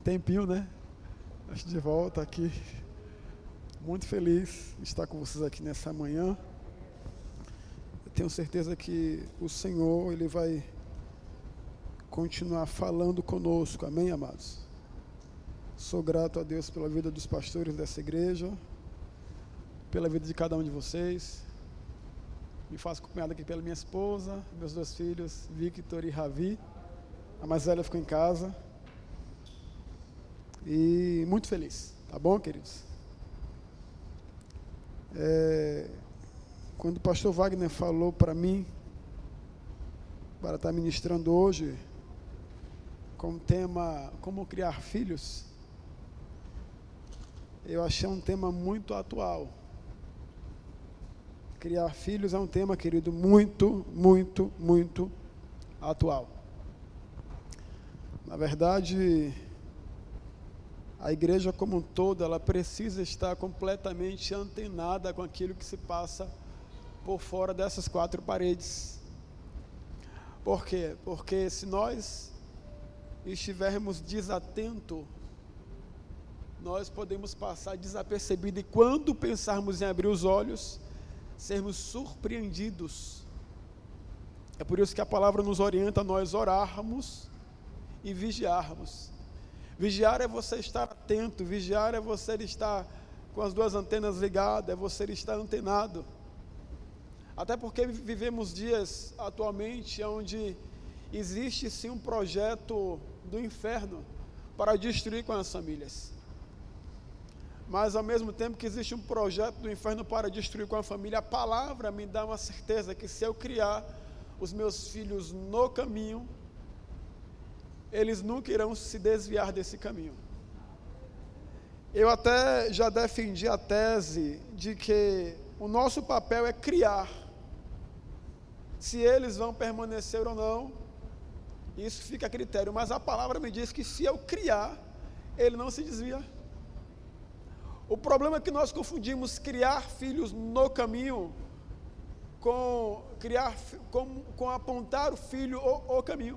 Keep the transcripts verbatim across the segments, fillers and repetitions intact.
Tempinho, né? Acho de volta aqui. Muito feliz de estar com vocês aqui nessa manhã. Eu tenho certeza que o Senhor, Ele vai continuar falando conosco. Amém, amados? Sou grato a Deus pela vida dos pastores dessa igreja, pela vida de cada um de vocês. Me faço acompanhado aqui pela minha esposa, meus dois filhos, Victor e Ravi. A mais velha ficou em casa. E muito feliz, tá bom, queridos? É, quando o pastor Wagner falou para mim, para estar ministrando hoje, com o tema Como Criar Filhos, eu achei um tema muito atual. Criar filhos é um tema, querido, muito, muito, muito atual. Na verdade, a igreja como um todo, ela precisa estar completamente antenada com aquilo que se passa por fora dessas quatro paredes. Por quê? Porque se nós estivermos desatentos, nós podemos passar desapercebido e quando pensarmos em abrir os olhos, sermos surpreendidos. É por isso que a palavra nos orienta a nós orarmos e vigiarmos. Vigiar é você estar atento, vigiar é você estar com as duas antenas ligadas, é você estar antenado. Até porque vivemos dias atualmente onde existe sim um projeto do inferno para destruir com as famílias. Mas ao mesmo tempo que existe um projeto do inferno para destruir com a família, a palavra me dá uma certeza que se eu criar os meus filhos no caminho, eles nunca irão se desviar desse caminho. Eu até já defendi a tese de que o nosso papel é criar. Se eles vão permanecer ou não, isso fica a critério. Mas a palavra me diz que se eu criar, ele não se desvia. O problema é que nós confundimos criar filhos no caminho com, criar, com, com apontar o filho o, o caminho.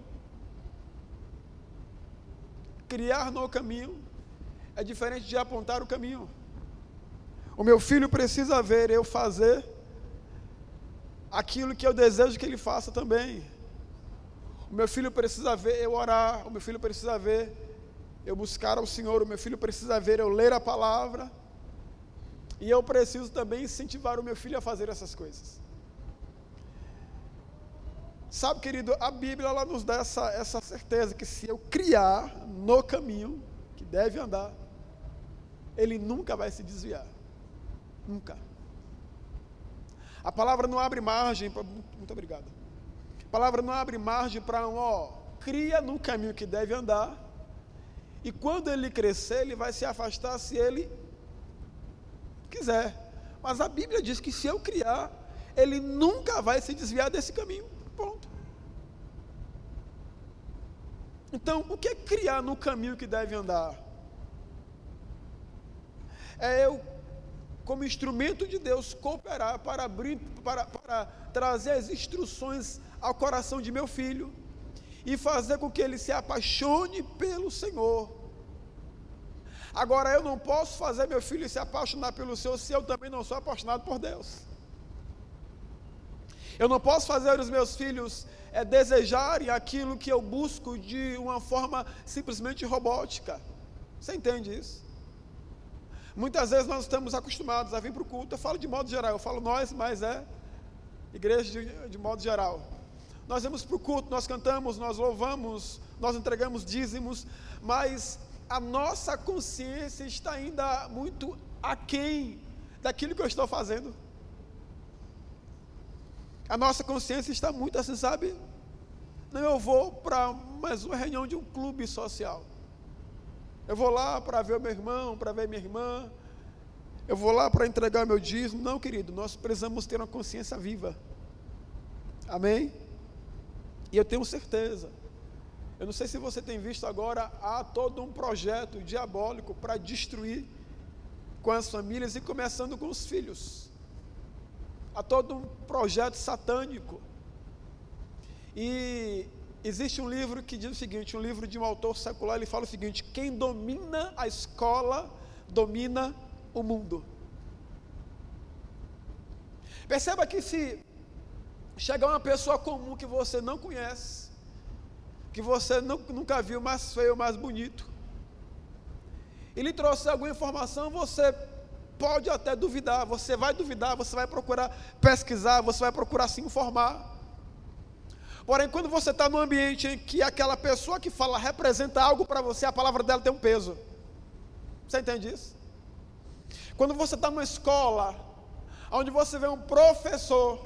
Criar no caminho é diferente de apontar o caminho. O meu filho precisa ver eu fazer aquilo que eu desejo que ele faça também. O meu filho precisa ver eu orar, o meu filho precisa ver eu buscar ao Senhor, o meu filho precisa ver eu ler a palavra, e eu preciso também incentivar o meu filho a fazer essas coisas. Sabe, querido, a Bíblia ela nos dá essa, essa certeza que se eu criar no caminho que deve andar, ele nunca vai se desviar. Nunca. A palavra não abre margem, pra, muito obrigado. A palavra não abre margem para um, ó, cria no caminho que deve andar, e quando ele crescer, ele vai se afastar se ele quiser. Mas a Bíblia diz que se eu criar, ele nunca vai se desviar desse caminho. Pronto. Então, o que é criar no caminho que deve andar? É eu, como instrumento de Deus, cooperar para abrir, para, para trazer as instruções ao coração de meu filho e fazer com que ele se apaixone pelo Senhor. Agora, eu não posso fazer meu filho se apaixonar pelo Senhor se eu também não sou apaixonado por Deus. Eu não posso fazer os meus filhos é, desejarem aquilo que eu busco de uma forma simplesmente robótica. Você entende isso? Muitas vezes nós estamos acostumados a vir para o culto, eu falo de modo geral, eu falo nós, mas é igreja de, de modo geral. Nós vamos para o culto, nós cantamos, nós louvamos, nós entregamos dízimos, mas a nossa consciência está ainda muito aquém daquilo que eu estou fazendo. A nossa consciência está muito assim, sabe? Não, eu vou para mais uma reunião de um clube social. Eu vou lá para ver o meu irmão, para ver minha irmã. Eu vou lá para entregar meu dízimo. Não, querido, nós precisamos ter uma consciência viva. Amém? E eu tenho certeza. Eu não sei se você tem visto agora, há todo um projeto diabólico para destruir com as famílias e começando com os filhos. Há todo um projeto satânico. E existe um livro que diz o seguinte, um livro de um autor secular, ele fala o seguinte: quem domina a escola, domina o mundo. Perceba que se chegar uma pessoa comum que você não conhece, que você não, nunca viu, mais feio, mais bonito, e lhe trouxer alguma informação, você pode até duvidar, você vai duvidar, você vai procurar pesquisar, você vai procurar se informar. Porém, quando você está num ambiente em que aquela pessoa que fala representa algo para você, a palavra dela tem um peso. Você entende isso? Quando você está numa escola, onde você vê um professor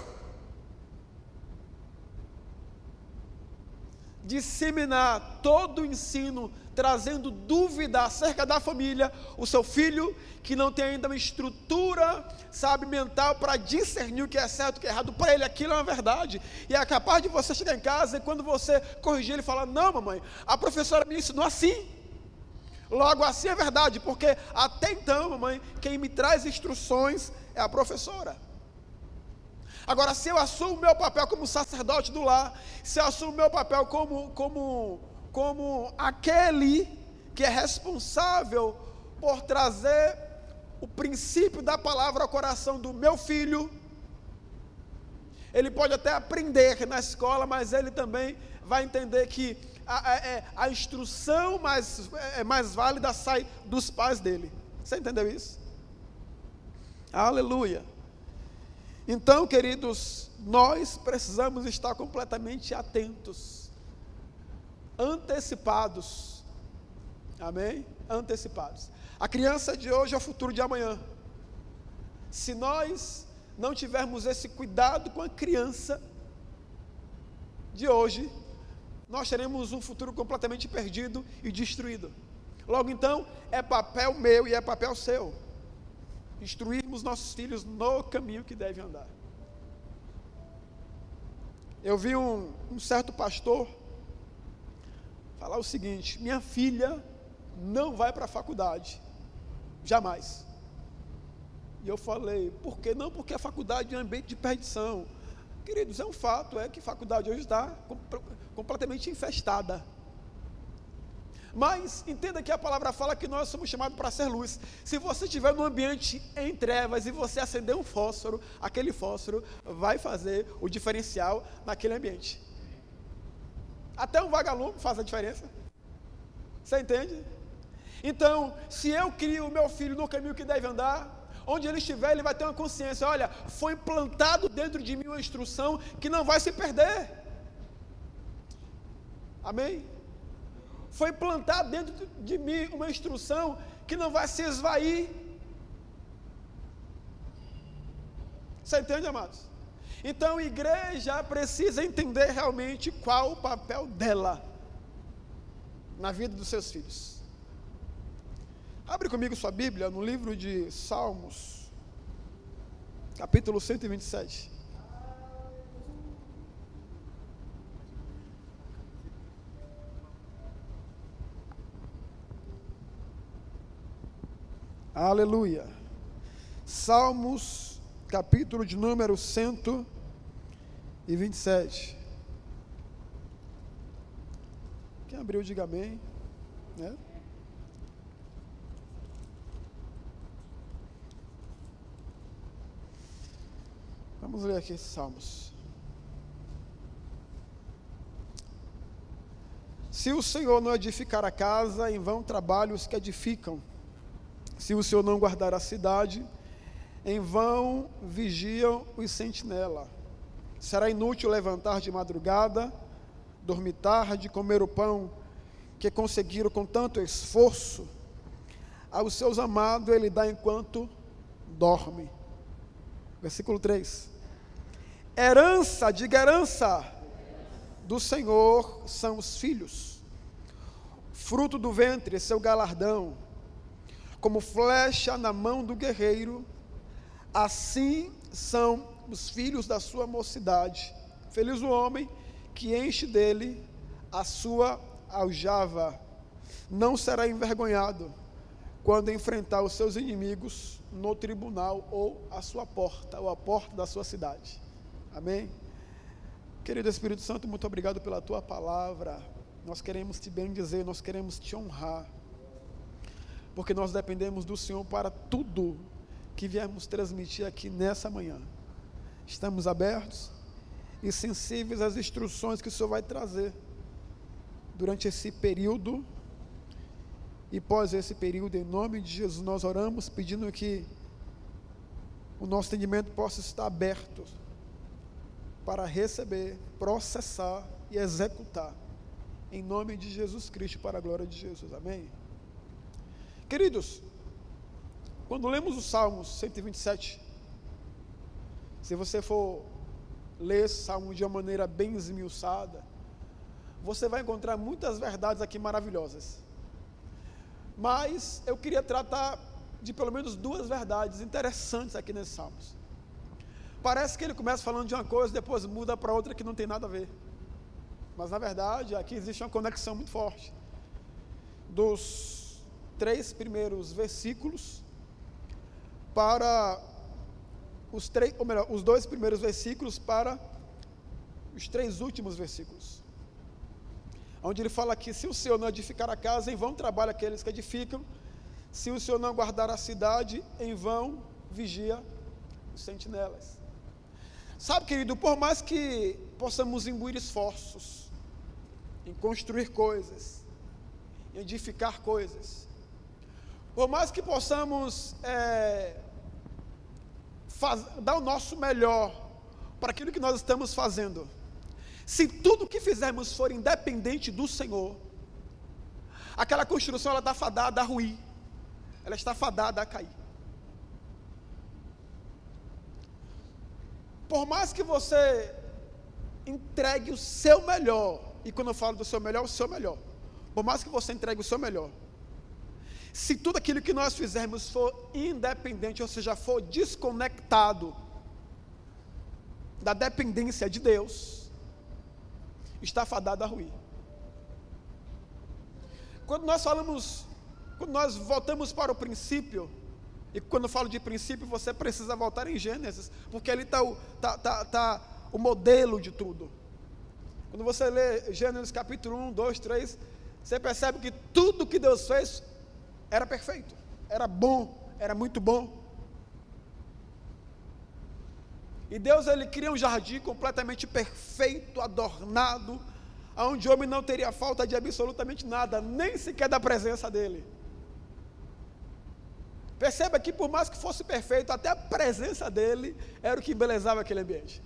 disseminar todo o ensino, trazendo dúvida acerca da família, o seu filho, que não tem ainda uma estrutura, sabe, mental para discernir o que é certo e o que é errado, para ele aquilo é uma verdade, e é capaz de você chegar em casa e quando você corrigir, ele falar: não, mamãe, a professora me ensinou assim, logo assim é verdade, porque até então, mamãe, quem me traz instruções é a professora. Agora, se eu assumo o meu papel como sacerdote do lar, se eu assumo o meu papel como, como, como aquele que é responsável por trazer o princípio da palavra ao coração do meu filho, ele pode até aprender na escola, mas ele também vai entender que a, a, a instrução mais, é, mais válida sai dos pais dele. Você entendeu isso? Aleluia! Então, queridos, nós precisamos estar completamente atentos, antecipados, amém? Antecipados. A criança de hoje é o futuro de amanhã. Se nós não tivermos esse cuidado com a criança de hoje, nós teremos um futuro completamente perdido e destruído. Logo então, é papel meu e é papel seu instruirmos nossos filhos no caminho que devem andar. Eu vi um, um certo pastor falar o seguinte: minha filha não vai para a faculdade, jamais. E eu falei: por que não? Porque a faculdade é um ambiente de perdição. Queridos, é um fato, é que a faculdade hoje está completamente infestada. Mas entenda que a palavra fala que nós somos chamados para ser luz. Se você estiver num ambiente em trevas e você acender um fósforo, aquele fósforo vai fazer o diferencial naquele ambiente. Até um vagalume faz a diferença. Você entende? Então, se eu crio o meu filho no caminho que deve andar, onde ele estiver, ele vai ter uma consciência: olha, foi implantado dentro de mim uma instrução que não vai se perder. Amém? Foi plantada dentro de mim uma instrução que não vai se esvair. Você entende, amados? Então a igreja precisa entender realmente qual o papel dela na vida dos seus filhos. Abre comigo sua Bíblia no livro de Salmos, capítulo cento e vinte e sete. Aleluia. Salmos, capítulo de número cento e vinte e sete. Quem abriu, diga amém. Né? Vamos ler aqui esses salmos. Se o Senhor não edificar a casa, em vão trabalham os que edificam. Se o Senhor não guardar a cidade, em vão vigiam os sentinelas. Será inútil levantar de madrugada, dormir tarde, comer o pão que conseguiram com tanto esforço. Aos seus amados ele dá enquanto dorme. Versículo três. Herança, diga herança, do Senhor são os filhos. Fruto do ventre, seu galardão. Como flecha na mão do guerreiro, assim são os filhos da sua mocidade. Feliz o homem que enche dele a sua aljava. Não será envergonhado quando enfrentar os seus inimigos no tribunal ou à sua porta, ou à porta da sua cidade. Amém? Querido Espírito Santo, muito obrigado pela tua palavra. Nós queremos te bendizer, nós queremos te honrar, porque nós dependemos do Senhor para tudo que viemos transmitir aqui nessa manhã. Estamos abertos e sensíveis às instruções que o Senhor vai trazer durante esse período e pós esse período. Em nome de Jesus nós oramos, pedindo que o nosso entendimento possa estar aberto para receber, processar e executar, em nome de Jesus Cristo, para a glória de Jesus, amém? Queridos, quando lemos o Salmos cento e vinte e sete, se você for ler esse Salmo de uma maneira bem esmiuçada, você vai encontrar muitas verdades aqui maravilhosas, mas eu queria tratar de pelo menos duas verdades interessantes aqui nesses Salmos. Parece que ele começa falando de uma coisa, depois muda para outra que não tem nada a ver, mas na verdade aqui existe uma conexão muito forte, dos três primeiros versículos para os três, ou melhor, os dois primeiros versículos para os três últimos versículos, onde ele fala que se o Senhor não edificar a casa, em vão trabalham aqueles que edificam, se o Senhor não guardar a cidade, em vão vigia os sentinelas. Sabe, querido, por mais que possamos imbuir esforços em construir coisas, em edificar coisas, por mais que possamos é, faz, dar o nosso melhor para aquilo que nós estamos fazendo, se tudo que fizermos for independente do Senhor, aquela construção ela está fadada a ruir, ela está fadada a cair. Por mais que você entregue o seu melhor, e quando eu falo do seu melhor, o seu melhor, por mais que você entregue o seu melhor, se tudo aquilo que nós fizermos for independente, ou seja, for desconectado da dependência de Deus, está fadado a ruir. Quando nós falamos, quando nós voltamos para o princípio, e quando eu falo de princípio, você precisa voltar em Gênesis, porque ali está o, tá, tá, tá o modelo de tudo. Quando você lê Gênesis capítulo um, dois, três, você percebe que tudo que Deus fez era perfeito, era bom, era muito bom. E Deus, ele cria um jardim completamente perfeito, adornado, onde o homem não teria falta de absolutamente nada, nem sequer da presença dele. Perceba que por mais que fosse perfeito, até a presença dele era o que embelezava aquele ambiente.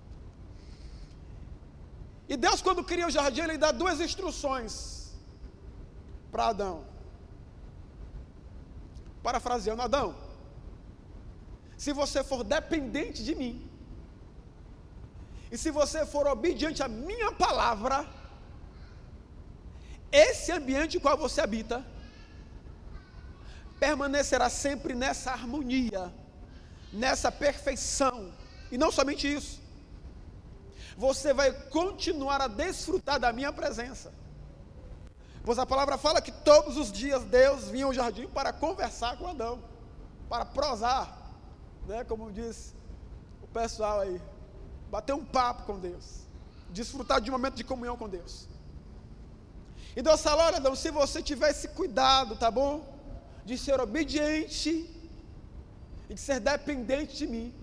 E Deus, quando cria o jardim, ele dá duas instruções para Adão. Parafraseando, Adão, se você for dependente de mim, e se você for obediente à minha palavra, esse ambiente em qual você habita permanecerá sempre nessa harmonia, nessa perfeição. E não somente isso, você vai continuar a desfrutar da minha presença, pois a palavra fala que todos os dias Deus vinha ao jardim para conversar com Adão, para prosar, né, como diz o pessoal aí, bater um papo com Deus, desfrutar de um momento de comunhão com Deus. E Deus fala: olha, Adão, se você tivesse cuidado, tá bom, de ser obediente e de ser dependente de mim,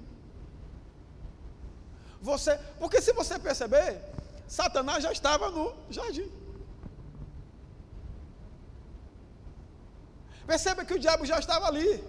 você, porque se você perceber, Satanás já estava no jardim. Perceba que o diabo já estava ali,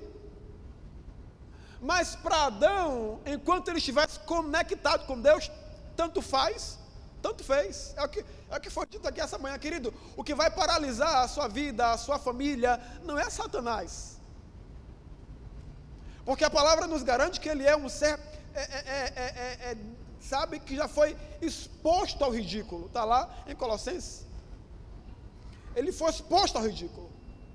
mas para Adão, enquanto ele estivesse conectado com Deus, tanto faz, tanto fez. É o que, é o que foi dito aqui essa manhã, querido. O que vai paralisar a sua vida, a sua família, não é Satanás, porque a palavra nos garante que ele é um ser, é, é, é, é, sabe, que já foi exposto ao ridículo. Está lá em Colossenses, ele foi exposto ao ridículo.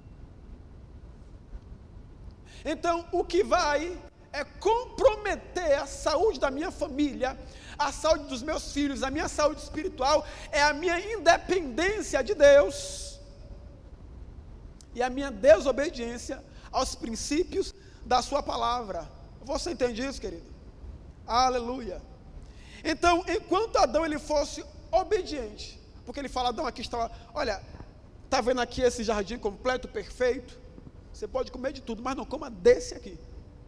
Então, o que vai é comprometer a saúde da minha família, a saúde dos meus filhos, a minha saúde espiritual, é a minha independência de Deus e a minha desobediência aos princípios da sua palavra. Você entende isso, querido? Aleluia. Então, enquanto Adão ele fosse obediente, porque ele fala, Adão, aqui está, olha, está vendo aqui esse jardim completo, perfeito? Você pode comer de tudo, mas não coma desse aqui.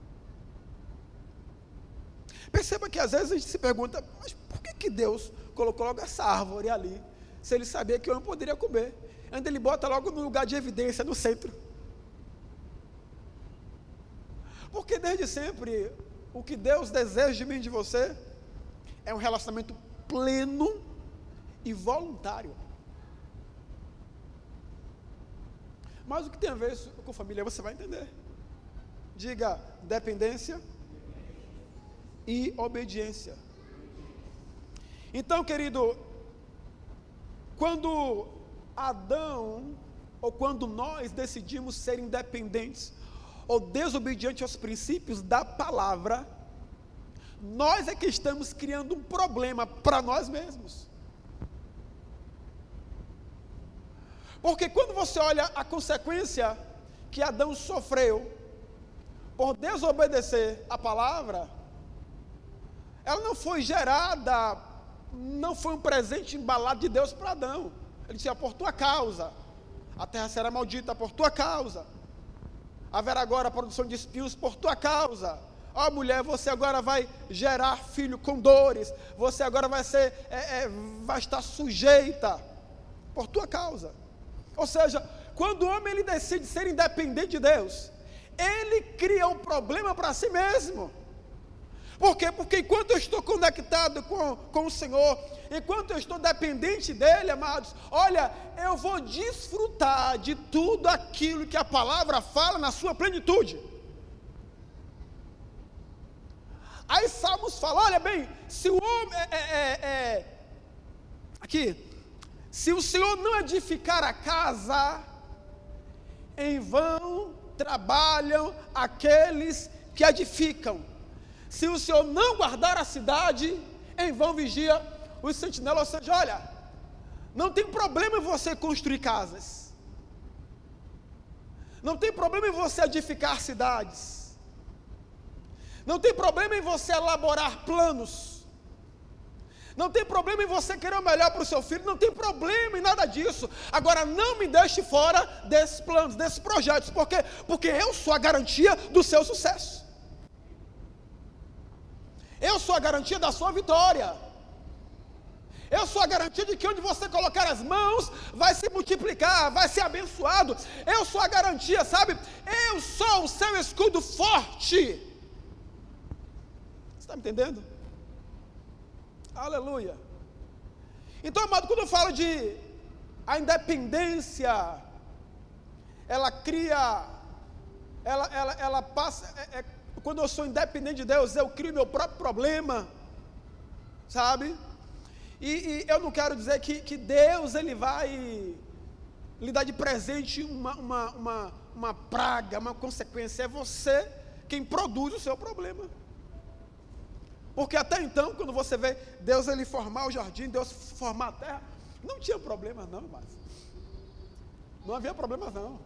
Perceba que às vezes a gente se pergunta, mas por que, que Deus colocou logo essa árvore ali, se ele sabia que eu não poderia comer? Ainda ele bota logo no lugar de evidência, no centro. Porque desde sempre, o que Deus deseja de mim e de você, é um relacionamento pleno e voluntário. Mas o que tem a ver isso com família, você vai entender. Diga, dependência e obediência. Então, querido, quando Adão, ou quando nós decidimos ser independentes, ou desobedientes aos princípios da palavra, nós é que estamos criando um problema para nós mesmos. Porque quando você olha a consequência que Adão sofreu por desobedecer a palavra, ela não foi gerada, não foi um presente embalado de Deus para Adão. Ele disse, por tua causa, a terra será maldita por tua causa, haverá agora a produção de espinhos por tua causa. Ó, mulher, você agora vai gerar filho com dores, você agora vai ser, é, é, vai estar sujeita por tua causa. Ou seja, quando o homem ele decide ser independente de Deus, ele cria um problema para si mesmo. Por quê? Porque enquanto eu estou conectado com, com o Senhor, enquanto eu estou dependente dEle, amados, olha, eu vou desfrutar de tudo aquilo que a palavra fala na sua plenitude. Aí Salmos fala, olha bem, se o homem, é, é, é, aqui, se o Senhor não edificar a casa, em vão trabalham aqueles que edificam. Se o Senhor não guardar a cidade, em vão vigia os sentinelas. Ou seja, olha, não tem problema em você construir casas, não tem problema em você edificar cidades, não tem problema em você elaborar planos, não tem problema em você querer o melhor para o seu filho, não tem problema em nada disso. Agora, não me deixe fora desses planos, desses projetos. Por quê? Porque eu sou a garantia do seu sucesso. Eu sou a garantia da sua vitória. Eu sou a garantia de que onde você colocar as mãos, vai se multiplicar, vai ser abençoado. Eu sou a garantia, sabe? Eu sou o seu escudo forte. Você está me entendendo? Aleluia. Então, amado, quando eu falo de a independência, ela cria, ela, ela, ela passa, é, é, quando eu sou independente de Deus, eu crio meu próprio problema, sabe? E, e eu não quero dizer que, que Deus, ele vai lhe dar de presente uma, uma, uma, uma praga, uma consequência. É você quem produz o seu problema. Porque até então, quando você vê Deus ele formar o jardim, Deus formar a terra, não tinha problema não, mas não havia problema não.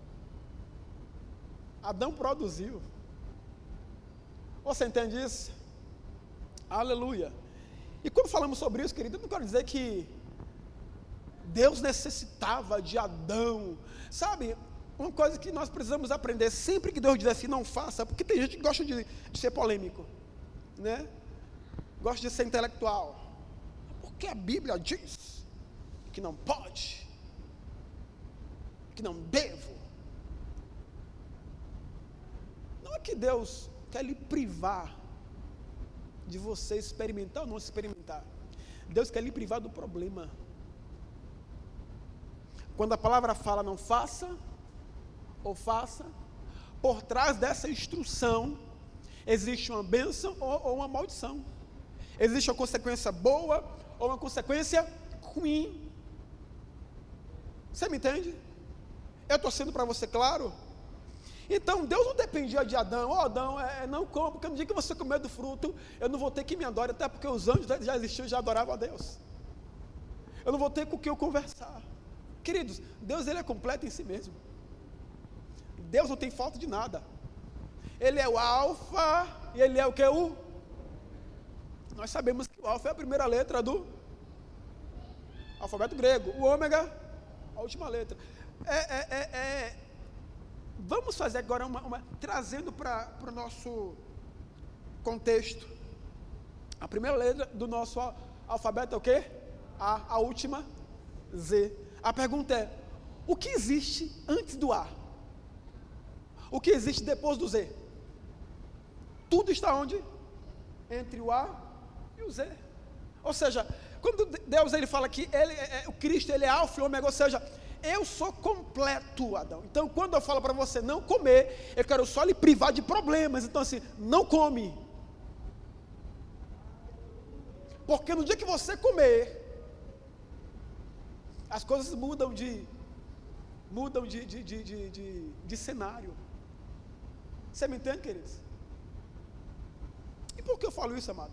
Adão produziu. Você entende isso? Aleluia. E quando falamos sobre isso, querido, eu não quero dizer que Deus necessitava de Adão. Sabe, uma coisa que nós precisamos aprender, sempre que Deus diz assim, não faça, porque tem gente que gosta de, de ser polêmico, né? Gosta de ser intelectual. Porque a Bíblia diz que não pode, que não devo. Não é que Deus quer lhe privar de você experimentar ou não experimentar. Deus quer lhe privar do problema. Quando a palavra fala não faça, ou faça, por trás dessa instrução, existe uma bênção ou, ou uma maldição. Existe uma consequência boa ou uma consequência ruim. Você me entende? Eu estou sendo para você claro? Então, Deus não dependia de Adão. Ó, oh, Adão, é, não coma, porque no dia que você comer do fruto, eu não vou ter que me adorar, até porque os anjos já existiam e já adoravam a Deus. Eu não vou ter com o que eu conversar. Queridos, Deus ele é completo em si mesmo. Deus não tem falta de nada. Ele é o alfa e ele é o que? O... Nós sabemos que O alfa é a primeira letra do alfabeto grego. O ômega, a última letra. É, é, é, é, vamos fazer agora uma, uma trazendo para o nosso contexto. A primeira letra do nosso alfabeto é o quê? A, a última, Z. A pergunta é, o que existe antes do A? O que existe depois do Z? Tudo está onde? Entre o A e o Z. Ou seja, quando Deus ele fala que ele, é, o Cristo ele é alfa e ômega, ou seja, eu sou completo, Adão. Então, quando eu falo para você não comer, eu quero só lhe privar de problemas. Então, assim, não come. Porque no dia que você comer, as coisas mudam de mudam de, de, de, de, de, de cenário. Você me entende, queridos? E por que eu falo isso, amado?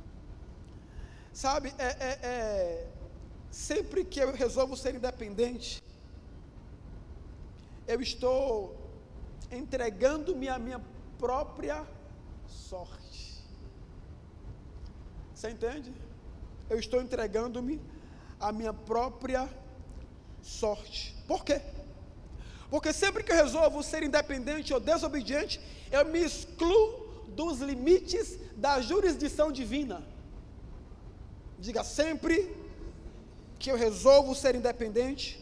Sabe, é, é, é, sempre que eu resolvo ser independente, eu estou entregando-me à minha própria sorte. Você entende? Eu estou entregando-me à minha própria sorte. Por quê? Porque sempre que eu resolvo ser independente ou desobediente, eu me excluo dos limites da jurisdição divina. Diga, sempre que eu resolvo ser independente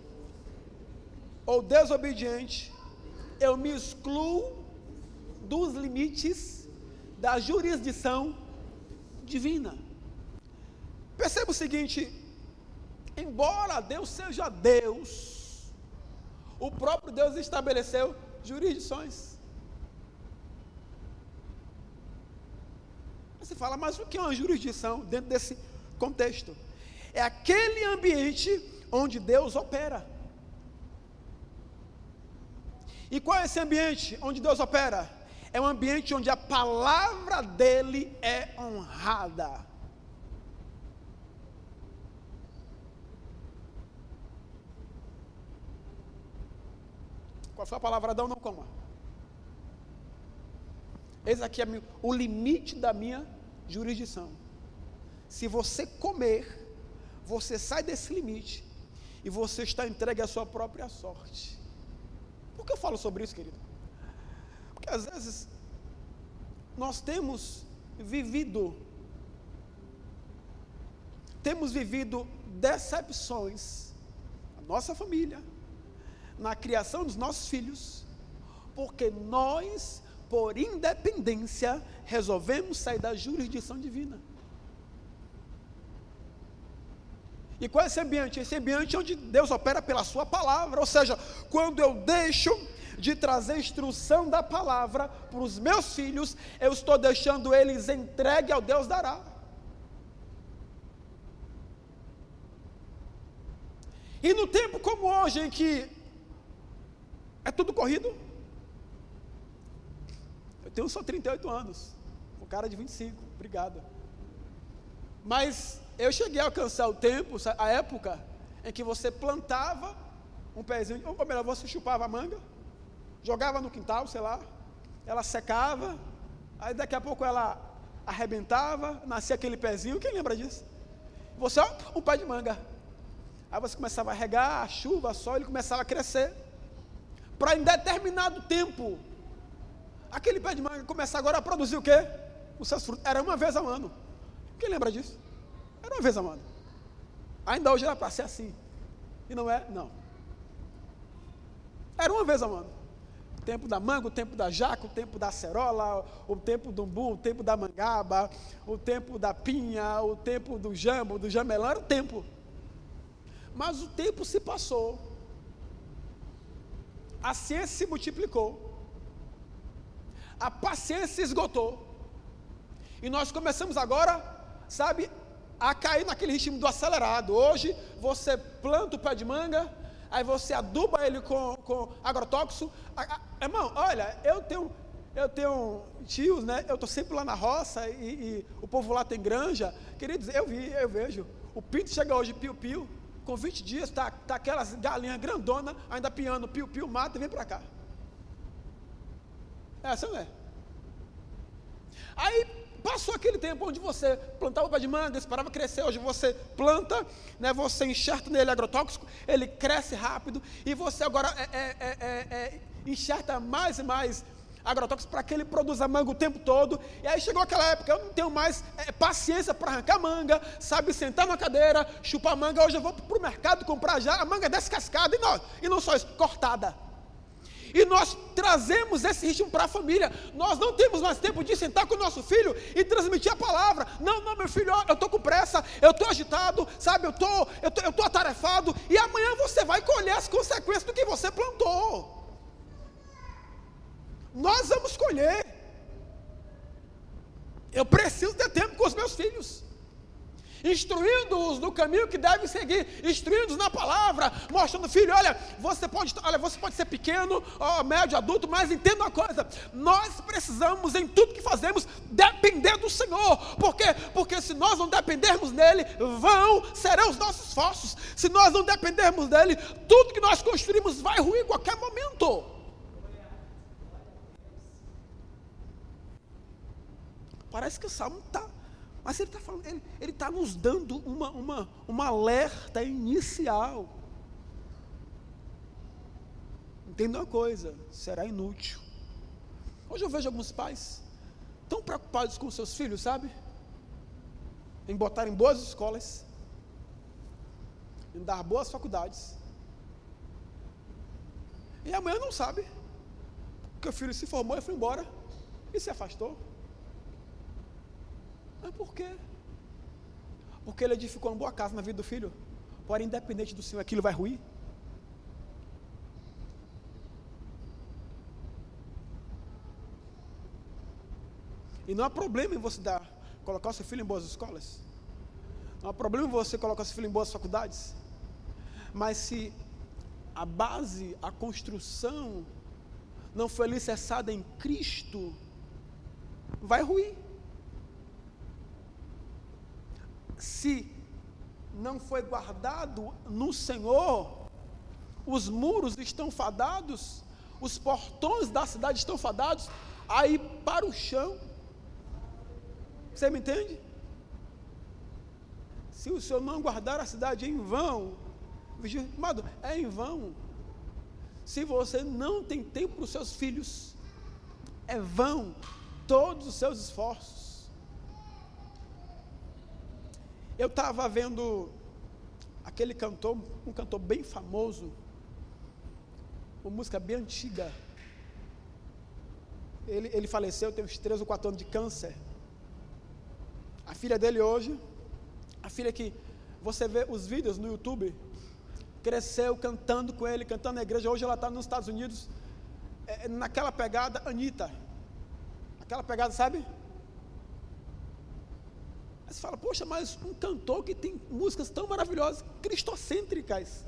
ou desobediente, eu me excluo dos limites da jurisdição divina. Perceba o seguinte, embora Deus seja Deus, o próprio Deus estabeleceu jurisdições. Você fala, mas o que é uma jurisdição dentro desse contexto? É aquele ambiente onde Deus opera. E qual é esse ambiente onde Deus opera? É um ambiente onde a palavra dele é honrada. Qual foi a palavra? Adão, não coma. Esse aqui é o limite da minha jurisdição. Se você comer, você sai desse limite e você está entregue à sua própria sorte. Por que eu falo sobre isso, querido? Porque às vezes nós temos vivido, temos vivido decepções na nossa família, na criação dos nossos filhos, porque nós, por independência, resolvemos sair da jurisdição divina. E qual é esse ambiente? Esse ambiente onde Deus opera pela sua palavra, ou seja, quando eu deixo de trazer instrução da palavra para os meus filhos, eu estou deixando eles entregue ao Deus dará. E no tempo como hoje, em que é tudo corrido, eu tenho só trinta e oito anos, um cara de vinte e cinco, obrigado. Mas eu cheguei a alcançar o tempo, a época, em que você plantava um pezinho, ou melhor, você chupava a manga, jogava no quintal, sei lá, ela secava, aí daqui a pouco ela arrebentava, nascia aquele pezinho, quem lembra disso? Você, ó, um pé de manga, aí você começava a regar, a chuva, a sol, ele começava a crescer, para em determinado tempo, aquele pé de manga começar agora a produzir o quê? Os seus frutos, era uma vez ao ano, quem lembra disso? Era uma vez ao ano, ainda hoje era para ser assim, e não é? Não, era uma vez ao ano, o tempo da manga, o tempo da jaca, o tempo da acerola, o tempo do umbu, o tempo da mangaba, o tempo da pinha, o tempo do jambo, do jamelão, era o tempo, mas o tempo se passou, a ciência se multiplicou, a paciência se esgotou, e nós começamos agora, sabe, a cair naquele ritmo do acelerado. Hoje você planta o pé de manga, aí você aduba ele com, com agrotóxico. A, a, irmão, olha, eu tenho, eu tenho tios, né? Eu estou sempre lá na roça e, e o povo lá tem granja. Queridos, eu vi, eu vejo. O pinto chega hoje piu-piu, com vinte dias, tá, tá aquelas galinhas grandonas, ainda piando, piu-piu, mata e vem para cá. É, essa não é. Aí Passou aquele tempo onde você plantava o pé de manga, esperava crescer, hoje você planta, né, você enxerta nele agrotóxico, ele cresce rápido, e você agora é, é, é, é, enxerta mais e mais agrotóxicos para que ele produza manga o tempo todo. E aí chegou aquela época, eu não tenho mais é, paciência para arrancar manga, sabe, sentar na cadeira, chupar manga. Hoje eu vou para o mercado comprar já a manga descascada, e não, e não só isso, cortada. E nós trazemos esse ritmo para a família. Nós não temos mais tempo de sentar com o nosso filho e transmitir a palavra. Não, não, meu filho, eu estou com pressa, eu estou agitado, sabe, eu tô, eu tô, eu tô atarefado, e amanhã você vai colher as consequências do que você plantou. Nós vamos colher. Eu preciso ter tempo com os meus filhos, instruindo-os no caminho que devem seguir, instruindo-os na palavra, mostrando, filho, olha, você pode, olha, você pode ser pequeno, ó, médio, adulto, mas entenda uma coisa, nós precisamos em tudo que fazemos depender do Senhor. Por quê? Porque se nós não dependermos dele, vão serão os nossos esforços. Se nós não dependermos dele, tudo que nós construímos vai ruir em qualquer momento. Parece que o Salmo está, mas ele está falando, ele ele está nos dando uma, uma, uma alerta inicial. Entenda uma coisa, será inútil. Hoje eu vejo alguns pais tão preocupados com seus filhos, sabe? Em botar em boas escolas, em dar boas faculdades, e amanhã não sabe, porque o filho se formou e foi embora, e se afastou. Mas por quê? Porque ele edificou uma boa casa na vida do filho, porém, independente do Senhor, aquilo vai ruir. E não há problema em você dar, colocar o seu filho em boas escolas, não há problema em você colocar o seu filho em boas faculdades, mas se a base, a construção não foi alicerçada em Cristo, vai ruir. Se não foi guardado no Senhor, os muros estão fadados, os portões da cidade estão fadados a ir para o chão. Você me entende? Se o Senhor não guardar a cidade em vão, amado, é em vão. Se você não tem tempo para os seus filhos, é vão todos os seus esforços. Eu estava vendo aquele cantor, um cantor bem famoso, uma música bem antiga. Ele, ele faleceu, tem uns três ou quatro anos de câncer. A filha dele hoje, a filha que você vê os vídeos no YouTube, cresceu cantando com ele, cantando na igreja. Hoje ela está nos Estados Unidos, é, naquela pegada Anitta, aquela pegada, sabe? Aí você fala, poxa, mas um cantor que tem músicas tão maravilhosas, cristocêntricas,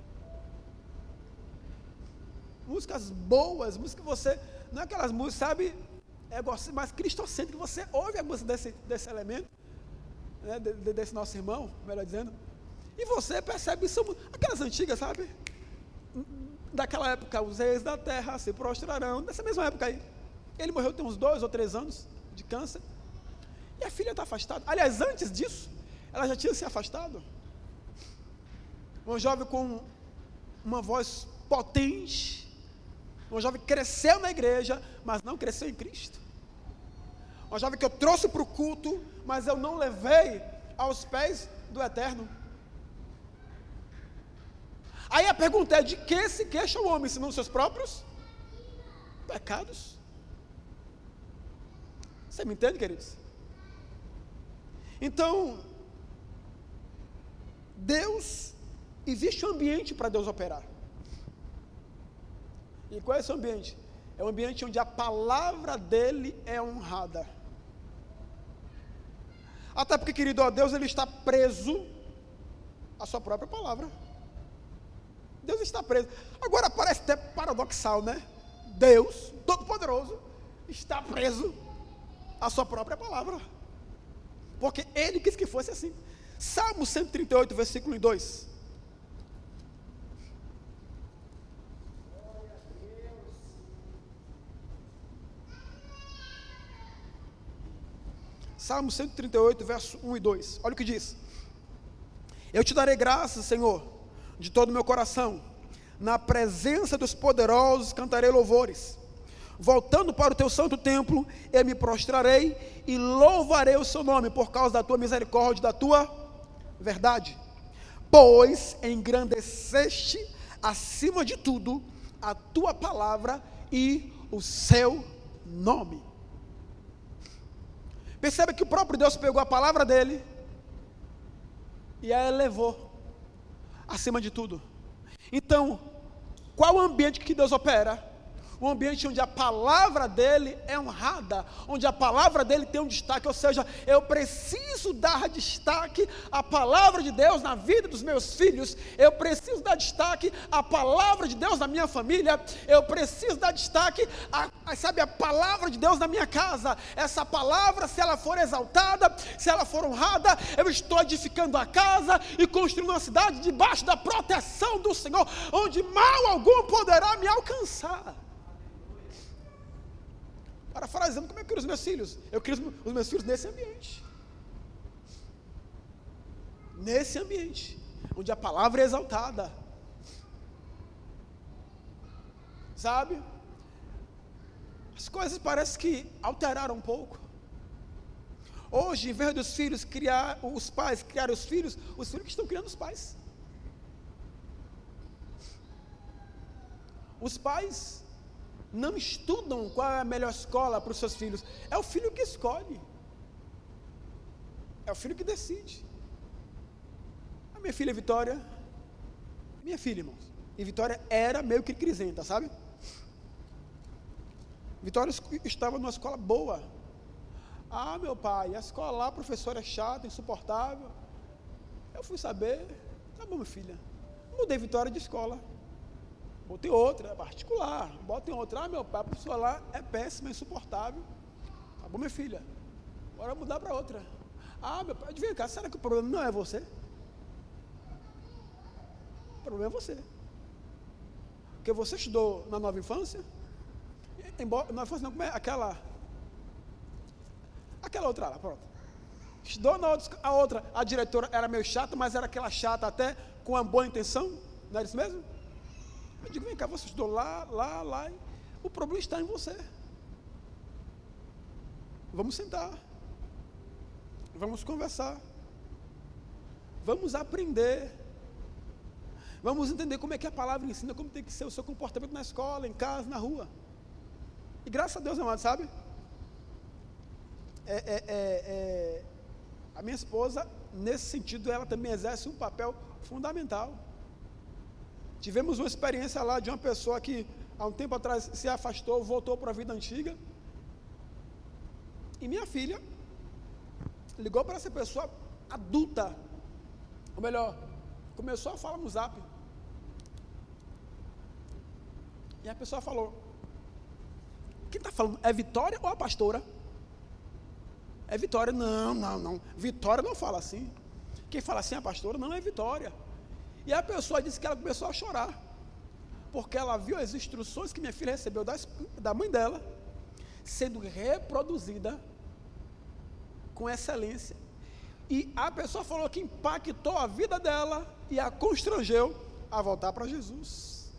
músicas boas, músicas que você, não é aquelas músicas, sabe, é, mas cristocêntricas, você ouve a música desse, desse elemento, né, de, de, desse nosso irmão, melhor dizendo, e você percebe que são aquelas antigas, sabe, daquela época, os reis da terra se prostrarão, dessa mesma época aí. Ele morreu tem uns dois ou três anos de câncer, e a filha está afastada. Aliás, antes disso, ela já tinha se afastado. Uma jovem com uma voz potente, uma jovem que cresceu na igreja, mas não cresceu em Cristo. Uma jovem que eu trouxe para o culto, mas eu não levei aos pés do Eterno. Aí a pergunta é, de que se queixa o homem, senão dos seus próprios pecados? Você me entende, queridos? Então, Deus, existe um ambiente para Deus operar. E qual é esse ambiente? É um ambiente onde a palavra dele é honrada. Até porque, querido, ó, Deus ele está preso à sua própria palavra. Deus está preso. Agora parece até paradoxal, né? Deus, Todo-Poderoso, está preso à sua própria palavra. Porque ele quis que fosse assim. Salmo cento e trinta e oito, versículo dois. Salmo cento e trinta e oito, verso um e dois. Olha o que diz: eu te darei graças, Senhor, de todo o meu coração. Na presença dos poderosos cantarei louvores. Voltando para o teu santo templo, eu me prostrarei e louvarei o seu nome, por causa da tua misericórdia e da tua verdade. Pois engrandeceste acima de tudo a tua palavra e o seu nome. Percebe que o próprio Deus pegou a palavra dele e a elevou acima de tudo. Então, qual o ambiente que Deus opera? Um ambiente onde a palavra dele é honrada, onde a palavra dele tem um destaque, ou seja, eu preciso dar destaque à palavra de Deus na vida dos meus filhos, eu preciso dar destaque à palavra de Deus na minha família, eu preciso dar destaque a, a, sabe, a palavra de Deus na minha casa. Essa palavra, se ela for exaltada, se ela for honrada, eu estou edificando a casa e construindo uma cidade debaixo da proteção do Senhor, onde mal algum poderá me alcançar. Parafraseando, como é que eu crio os meus filhos? Eu crio os meus filhos nesse ambiente. Nesse ambiente, onde a palavra é exaltada. Sabe? As coisas parecem que alteraram um pouco. Hoje, em vez dos filhos criar, os pais criarem os filhos, os filhos que estão criando os pais. Os pais não estudam qual é a melhor escola para os seus filhos. É o filho que escolhe. É o filho que decide. A minha filha Vitória, minha filha, irmãos, e Vitória era meio que crisenta, sabe? Vitória estava numa escola boa. Ah, meu pai, a escola lá, a professora é chata, insuportável. Eu fui saber, tá bom, minha filha, mudei Vitória de escola. Botei outra, particular, botem outra. Ah, meu pai, a pessoa lá é péssima, insuportável. Tá bom, minha filha, bora mudar para outra. Ah, meu pai, vem cá, será que o problema não é você? O problema é você. Porque você estudou na nova infância, embora, nova infância não, como é aquela, aquela outra lá, pronto. Estudou na outra, a outra, a diretora era meio chata, mas era aquela chata até com uma boa intenção, não é isso mesmo? Eu digo, vem cá, você estudou lá, lá, lá, o problema está em você. Vamos sentar, vamos conversar, vamos aprender, vamos entender como é que a palavra ensina, como tem que ser o seu comportamento na escola, em casa, na rua. E graças a Deus, amado, sabe? É, é, é, é, a minha esposa, nesse sentido, ela também exerce um papel fundamental. Tivemos uma experiência lá de uma pessoa que há um tempo atrás se afastou, voltou para a vida antiga. E minha filha ligou para essa pessoa adulta, ou melhor, começou a falar no zap. E a pessoa falou, quem está falando, é Vitória ou a pastora? É Vitória. Não, não, não, Vitória não fala assim. Quem fala assim é a pastora, não é Vitória. E a pessoa disse que ela começou a chorar, porque ela viu as instruções que minha filha recebeu da, da mãe dela, sendo reproduzida com excelência. E a pessoa falou que impactou a vida dela e a constrangeu a voltar para Jesus.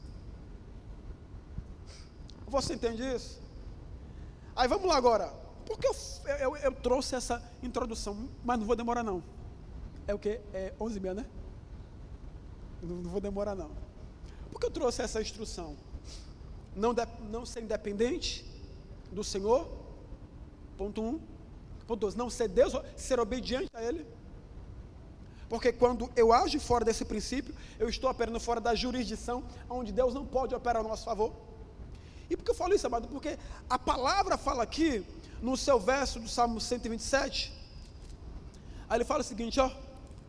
Você entende isso? Aí vamos lá agora. Por que eu, eu, eu trouxe essa introdução? Mas não vou demorar não. É o quê? É onze e meia, né? Não, não vou demorar não. Por que eu trouxe essa instrução? Não, de, não ser independente do Senhor, ponto um. Ponto dois, não ser Deus, ser obediente a Ele. Porque quando eu ajo fora desse princípio, eu estou operando fora da jurisdição, onde Deus não pode operar a nosso favor. E por que eu falo isso, amado? Porque a palavra fala aqui, no seu verso do Salmo cento e vinte e sete, aí ele fala o seguinte, ó,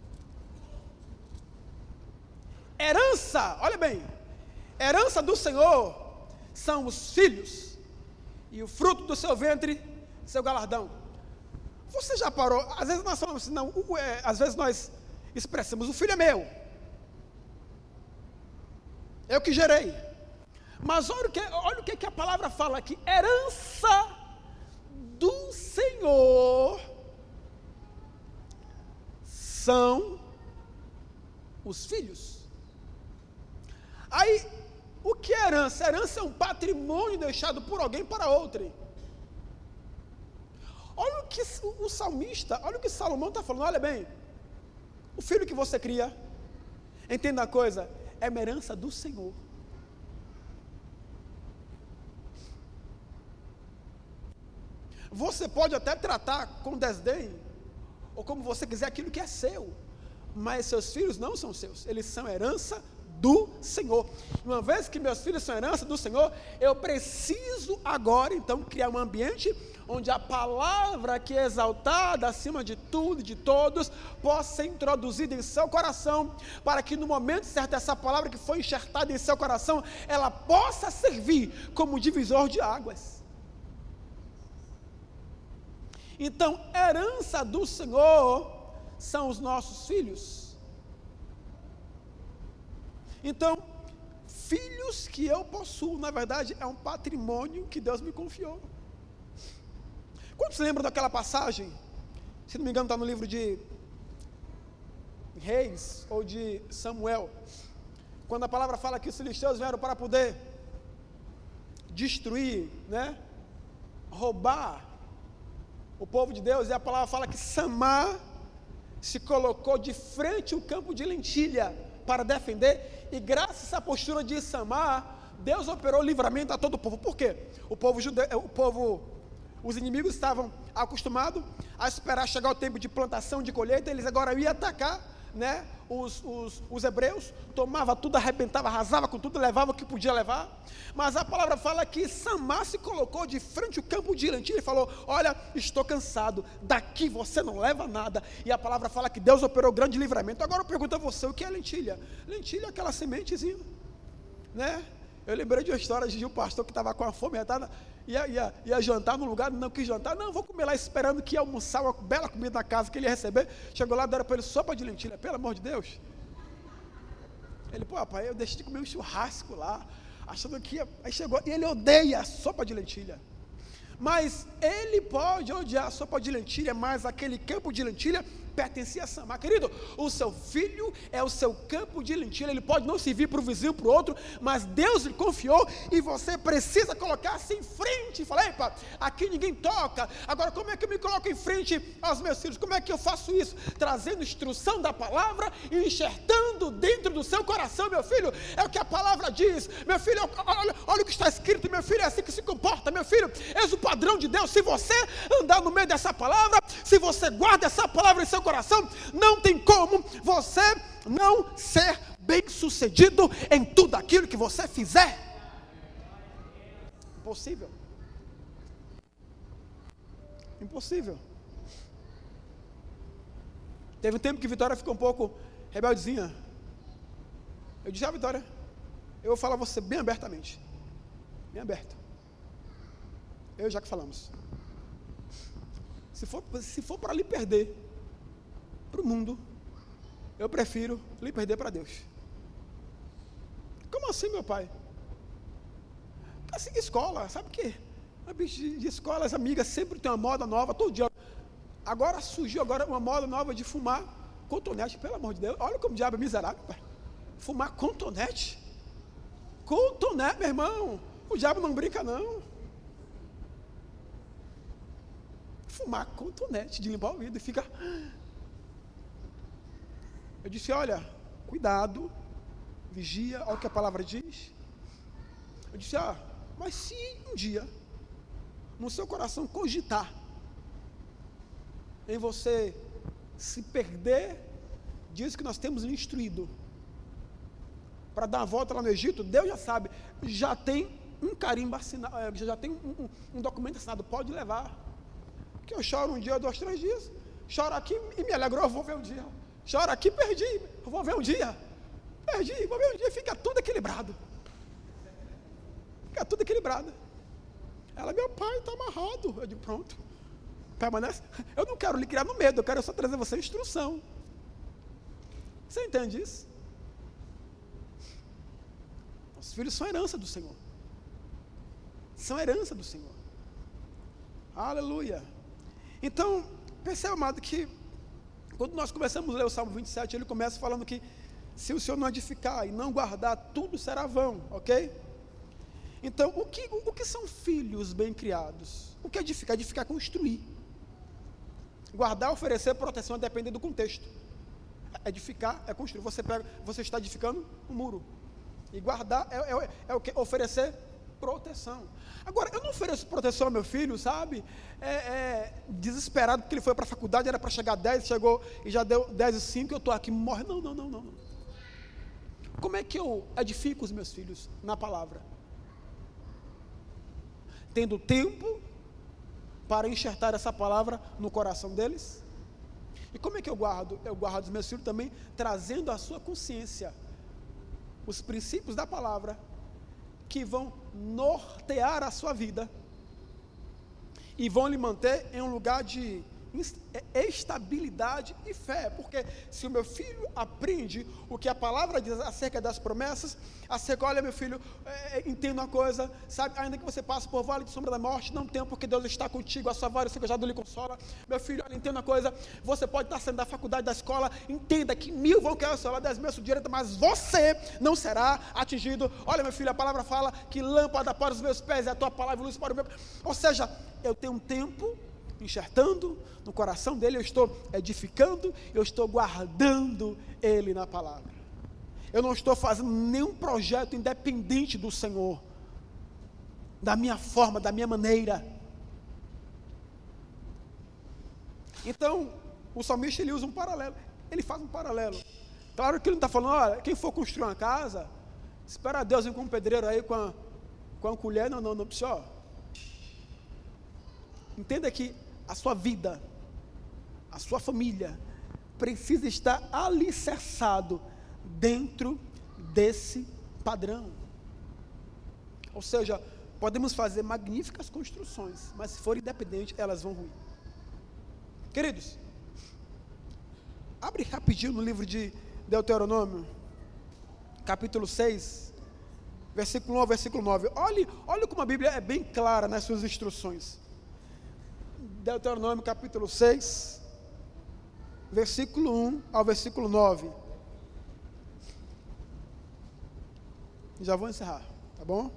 herança, olha bem, herança do Senhor são os filhos, e o fruto do seu ventre, seu galardão. Você já parou, às vezes nós falamos assim, não, é, às vezes nós expressamos, o filho é meu, eu que gerei, mas olha o que, olha o que a palavra fala aqui, herança do Senhor são os filhos. Aí, o que é herança? Herança é um patrimônio deixado por alguém para outrem. Olha o que o salmista, olha o que Salomão está falando, olha bem, o filho que você cria, entenda a coisa, é uma herança do Senhor. Você pode até tratar com desdém, ou como você quiser, aquilo que é seu, mas seus filhos não são seus, eles são herança do Senhor. Uma vez que meus filhos são herança do Senhor, eu preciso agora, então, criar um ambiente onde a palavra que é exaltada acima de tudo e de todos, possa ser introduzida em seu coração, para que no momento certo, essa palavra que foi enxertada em seu coração, ela possa servir como divisor de águas. Então, herança do Senhor são os nossos filhos. Então, filhos que eu possuo, na verdade, é um patrimônio que Deus me confiou. Quantos lembram daquela passagem? Se não me engano, está no livro de Reis, ou de Samuel, quando a palavra fala que os filisteus vieram para poder destruir, né, roubar o povo de Deus, e a palavra fala que Samar se colocou de frente ao campo de lentilha para defender, e graças a essa postura de Samar, Deus operou livramento a todo o povo. Por quê? O povo judeu, o povo, os inimigos estavam acostumados a esperar chegar o tempo de plantação, de colheita, eles agora iam atacar, né, os, os, os hebreus, tomava tudo, arrebentava, arrasava com tudo, levava o que podia levar, mas a palavra fala que Samar se colocou de frente ao campo de lentilha e falou: olha, estou cansado, daqui você não leva nada, e a palavra fala que Deus operou grande livramento. Agora eu pergunto a você, o que é lentilha? Lentilha é aquela sementezinha, né? Eu lembrei de uma história de um pastor que estava com a fome, ia, ia, ia, ia jantar num lugar, não quis jantar, não, vou comer lá, esperando que ia almoçar uma bela comida na casa que ele ia receber. Chegou lá, deram para ele sopa de lentilha, pelo amor de Deus. Ele, pô, rapaz, eu deixei de comer um churrasco lá, achando que ia, aí chegou, e ele odeia a sopa de lentilha. Mas ele pode odiar a sopa de lentilha, mas aquele campo de lentilha pertencia a Samar. Querido, o seu filho é o seu campo de lentilha, ele pode não servir para o vizinho, para o outro, mas Deus lhe confiou, e você precisa colocar-se em frente, e falar: epa, aqui ninguém toca. Agora, como é que eu me coloco em frente aos meus filhos? Como é que eu faço isso? Trazendo instrução da palavra e enxertando dentro do seu coração. Meu filho, é o que a palavra diz. Meu filho, olha, olha o que está escrito. Meu filho, é assim que se comporta. Meu filho, és o padrão de Deus. Se você andar no meio dessa palavra, se você guarda essa palavra em seu coração, não tem como você não ser bem sucedido em tudo aquilo que você fizer. Impossível. Impossível. Teve um tempo que Vitória ficou um pouco rebeldezinha. Eu disse: ah, Vitória, eu vou falar a você bem abertamente, bem aberto. Eu já que falamos, se for, se for para lhe perder para o mundo, eu prefiro lhe perder para Deus. Como assim, meu pai? Assim, escola, sabe o quê? De, de escola, as amigas sempre tem uma moda nova, todo dia. Agora surgiu agora uma moda nova de fumar cotonete, pelo amor de Deus. Olha como o diabo é miserável, pai. Fumar cotonete. Cotonete, meu irmão. O diabo não brinca, não. Fumar cotonete, de limpar o ouvido e fica... Eu disse: olha, cuidado, vigia, olha o que a palavra diz. Eu disse: ah, mas se um dia, no seu coração cogitar, em você se perder, diz que nós temos instruído, para dar uma volta lá no Egito, Deus já sabe, já tem um carimbo assinado, já tem um, um, um documento assinado, pode levar. Que eu choro um dia, dois, três dias, choro aqui e me alegrou, eu vou ver um dia. Choro aqui, perdi, eu vou ver um dia. Perdi, vou ver um dia, fica tudo equilibrado. Fica tudo equilibrado. Ela: meu pai está amarrado. Eu digo: pronto, permanece. Eu não quero lhe criar no medo, eu quero só trazer você instrução. Você entende isso? Os filhos são herança do Senhor. São herança do Senhor. Aleluia. Então, perceba, amado, que Quando nós começamos a ler o Salmo vinte e sete, ele começa falando que se o Senhor não edificar e não guardar, tudo será vão, ok? Então, o que, o que são filhos bem criados? O que é edificar? Edificar é construir. Guardar, oferecer, proteção, depende do contexto. Edificar é construir. Você, pega, você está edificando um muro. E guardar é, é, é o que? Oferecer proteção. Agora, eu não ofereço proteção ao meu filho, sabe? É, é, desesperado porque ele foi para a faculdade, era para chegar a dez, chegou e já deu dez e cinco, eu estou aqui, morre. Não, não, não, não. Como é que eu edifico os meus filhos? Na palavra. Tendo tempo para enxertar essa palavra no coração deles. E como é que eu guardo? Eu guardo os meus filhos também, trazendo à sua consciência os princípios da palavra que vão nortear a sua vida e vão lhe manter em um lugar de estabilidade e fé, porque se o meu filho aprende o que a palavra diz acerca das promessas, acerca, olha meu filho, é, entenda uma coisa, sabe, ainda que você passe por vale de sombra da morte, não tem, porque Deus está contigo, a sua vara e o seu cajado lhe consola, meu filho, olha, entenda uma coisa, você pode estar saindo da faculdade, da escola, entenda que mil vão cair ao seu lado, dez mil à sua direita, mas você não será atingido. Olha meu filho, a palavra fala que lâmpada para os meus pés é a tua palavra e luz para o meu, ou seja, eu tenho um tempo enxertando no coração dele, eu estou edificando, eu estou guardando ele na palavra. Eu não estou fazendo nenhum projeto independente do Senhor, da minha forma, da minha maneira. Então, o salmista ele usa um paralelo, ele faz um paralelo. Claro que ele não está falando, olha, quem for construir uma casa, espera a Deus vir com um pedreiro aí com a, com a colher, não, não, não precisa. Entenda que a sua vida, a sua família, precisa estar alicerçado dentro desse padrão. Ou seja, podemos fazer magníficas construções, mas se for independente, elas vão ruir. Queridos, abre rapidinho no livro de Deuteronômio, capítulo seis, versículo um ao versículo nove. Olhe, olhe como a Bíblia é bem clara nas suas instruções. Deuteronômio capítulo seis, versículo um ao versículo nove. Já vou encerrar, tá bom?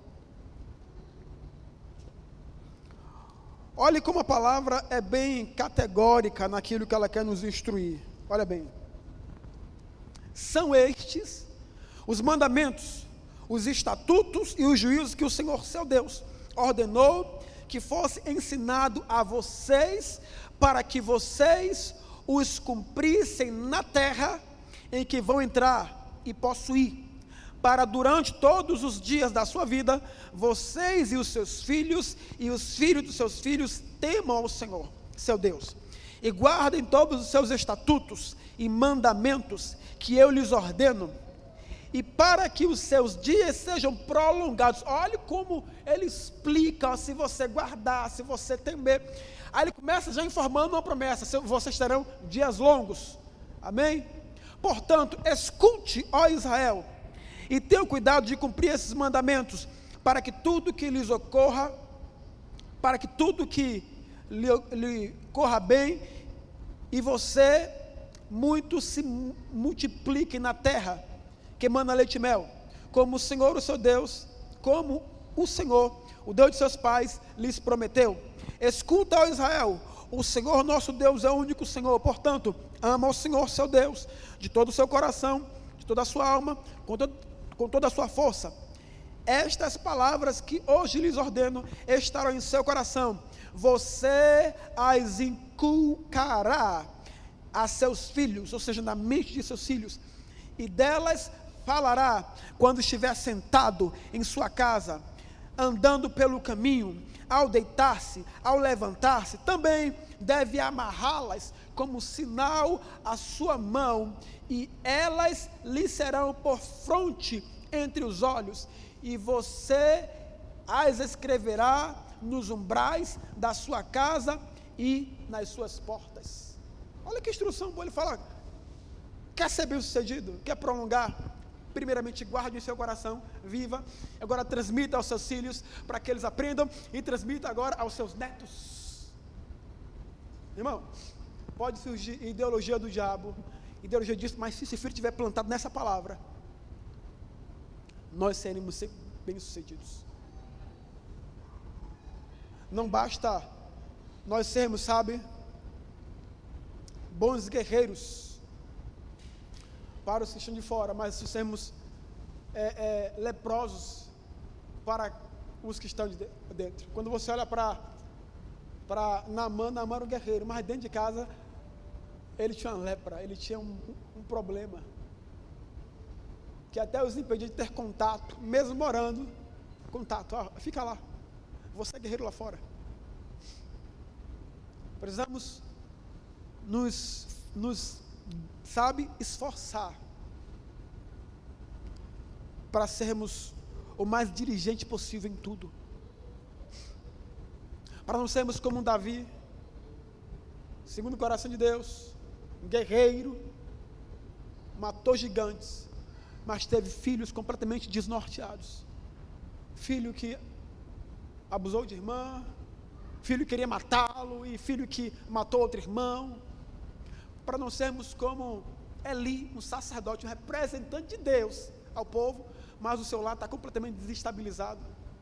Olhe como a palavra é bem categórica naquilo que ela quer nos instruir. Olha bem. São estes os mandamentos, os estatutos e os juízos que o Senhor seu Deus ordenou que fosse ensinado a vocês, para que vocês os cumprissem na terra em que vão entrar e possuir, para durante todos os dias da sua vida, vocês e os seus filhos e os filhos dos seus filhos temam ao Senhor, seu Deus, e guardem todos os seus estatutos e mandamentos que eu lhes ordeno, e para que os seus dias sejam prolongados. Olha como ele explica, ó, se você guardar, se você temer. Aí ele começa já informando uma promessa, vocês terão dias longos, amém? Portanto, escute, ó Israel, e tenha cuidado de cumprir esses mandamentos, para que tudo que lhes ocorra, para que tudo que lhe, lhe corra bem, e você muito se multiplique na terra, que emana leite e mel, como o Senhor, o seu Deus, como o Senhor, o Deus de seus pais, lhes prometeu. Escuta, ó Israel, o Senhor nosso Deus é o único Senhor, portanto, ama o Senhor, seu Deus, de todo o seu coração, de toda a sua alma, com, to com toda a sua força. Estas palavras que hoje lhes ordeno estarão em seu coração, você as inculcará a seus filhos, ou seja, na mente de seus filhos, e delas falará quando estiver sentado em sua casa, andando pelo caminho, ao deitar-se, ao levantar-se. Também deve amarrá-las como sinal à sua mão, e elas lhe serão por fronte entre os olhos, e você as escreverá nos umbrais da sua casa e nas suas portas. Olha que instrução boa. Ele fala: quer ser bem sucedido? Quer prolongar? Primeiramente guarde em seu coração, viva, agora transmita aos seus filhos, para que eles aprendam, e transmita agora aos seus netos. Irmão, Pode surgir ideologia do diabo, ideologia disso, mas se esse filho estiver plantado nessa palavra, nós seremos bem-sucedidos. Não basta nós sermos, sabe, bons guerreiros para os que estão de fora, mas se sermos é, é, leprosos para os que estão de dentro. Quando você olha para para Naamã, Naamã era um guerreiro, mas dentro de casa ele tinha uma lepra, ele tinha um, um problema que até os impedia de ter contato, mesmo morando, contato, ó, fica lá, você é guerreiro lá fora. Precisamos nos, nos, sabe, esforçar para sermos o mais diligente possível em tudo, para não sermos como um Davi, segundo o coração de Deus, um guerreiro, matou gigantes, mas teve filhos completamente desnorteados, filho que abusou de irmã, filho que queria matá-lo, e filho que matou outro irmão, para não sermos como Eli, um sacerdote, um representante de Deus ao povo, mas o seu lar está completamente desestabilizado,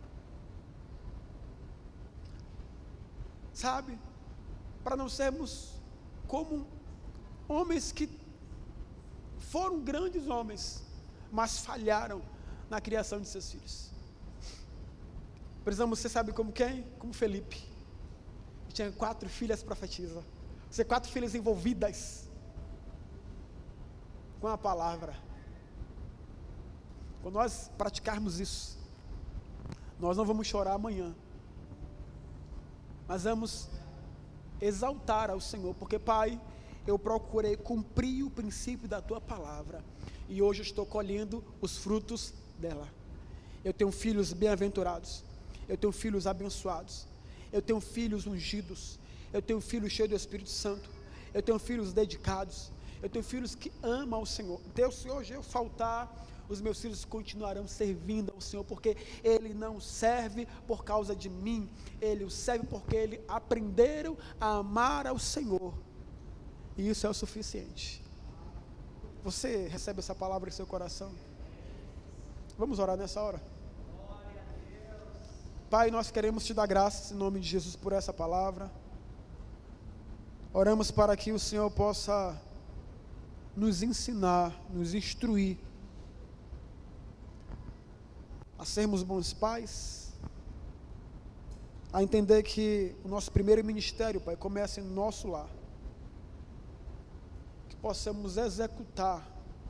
sabe, para não sermos como homens que foram grandes homens, mas falharam na criação de seus filhos. Precisamos ser, sabe como quem? Como Felipe, que tinha quatro filhas profetisas, ser quatro filhas envolvidas com a palavra. Quando nós praticarmos isso, nós não vamos chorar amanhã, mas vamos exaltar ao Senhor, porque Pai, eu procurei cumprir o princípio da Tua palavra, e hoje eu estou colhendo os frutos dela. Eu tenho filhos bem-aventurados, eu tenho filhos abençoados, eu tenho filhos ungidos, eu tenho filhos cheios do Espírito Santo, eu tenho filhos dedicados, eu tenho filhos que amam ao Senhor. Deus, se hoje eu faltar, os meus filhos continuarão servindo ao Senhor, porque Ele não serve por causa de mim, Ele o serve porque Ele aprenderam a amar ao Senhor, e isso é o suficiente. Você recebe essa palavra em seu coração? Vamos orar nessa hora? Pai, nós queremos Te dar graças em nome de Jesus por essa palavra. Oramos para que o Senhor possa nos ensinar, nos instruir a sermos bons pais, a entender que o nosso primeiro ministério, Pai, começa em nosso lar, que possamos executar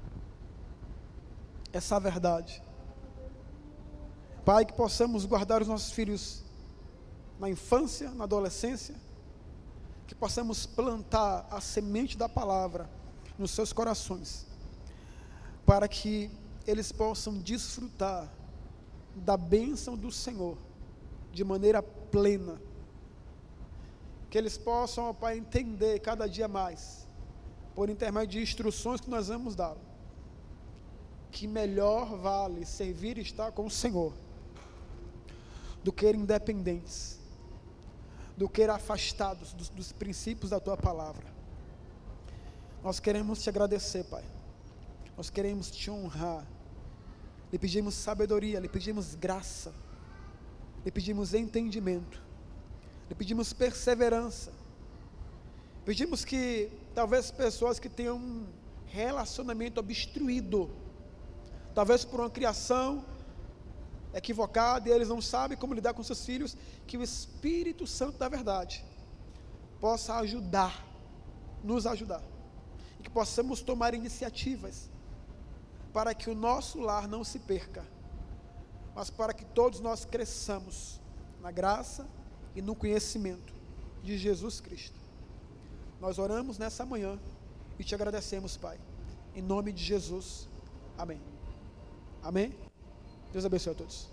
essa verdade, Pai, que possamos guardar os nossos filhos na infância, na adolescência, que possamos plantar a semente da palavra nos seus corações, para que eles possam desfrutar da bênção do Senhor de maneira plena, que eles possam, ó Pai, entender cada dia mais, por intermédio de instruções que nós vamos dar, que melhor vale servir e estar com o Senhor do que independentes, do que afastados dos, dos princípios da Tua palavra. Nós queremos Te agradecer, Pai, nós queremos Te honrar, lhe pedimos sabedoria, lhe pedimos graça, lhe pedimos entendimento, lhe pedimos perseverança, pedimos que talvez pessoas que tenham um relacionamento obstruído, talvez por uma criação equivocada, e eles não sabem como lidar com seus filhos, que o Espírito Santo da verdade possa ajudar, nos ajudar, e que possamos tomar iniciativas para que o nosso lar não se perca, mas para que todos nós cresçamos na graça e no conhecimento de Jesus Cristo. Nós oramos nessa manhã e Te agradecemos, Pai, em nome de Jesus, amém. Amém? Deus abençoe a todos.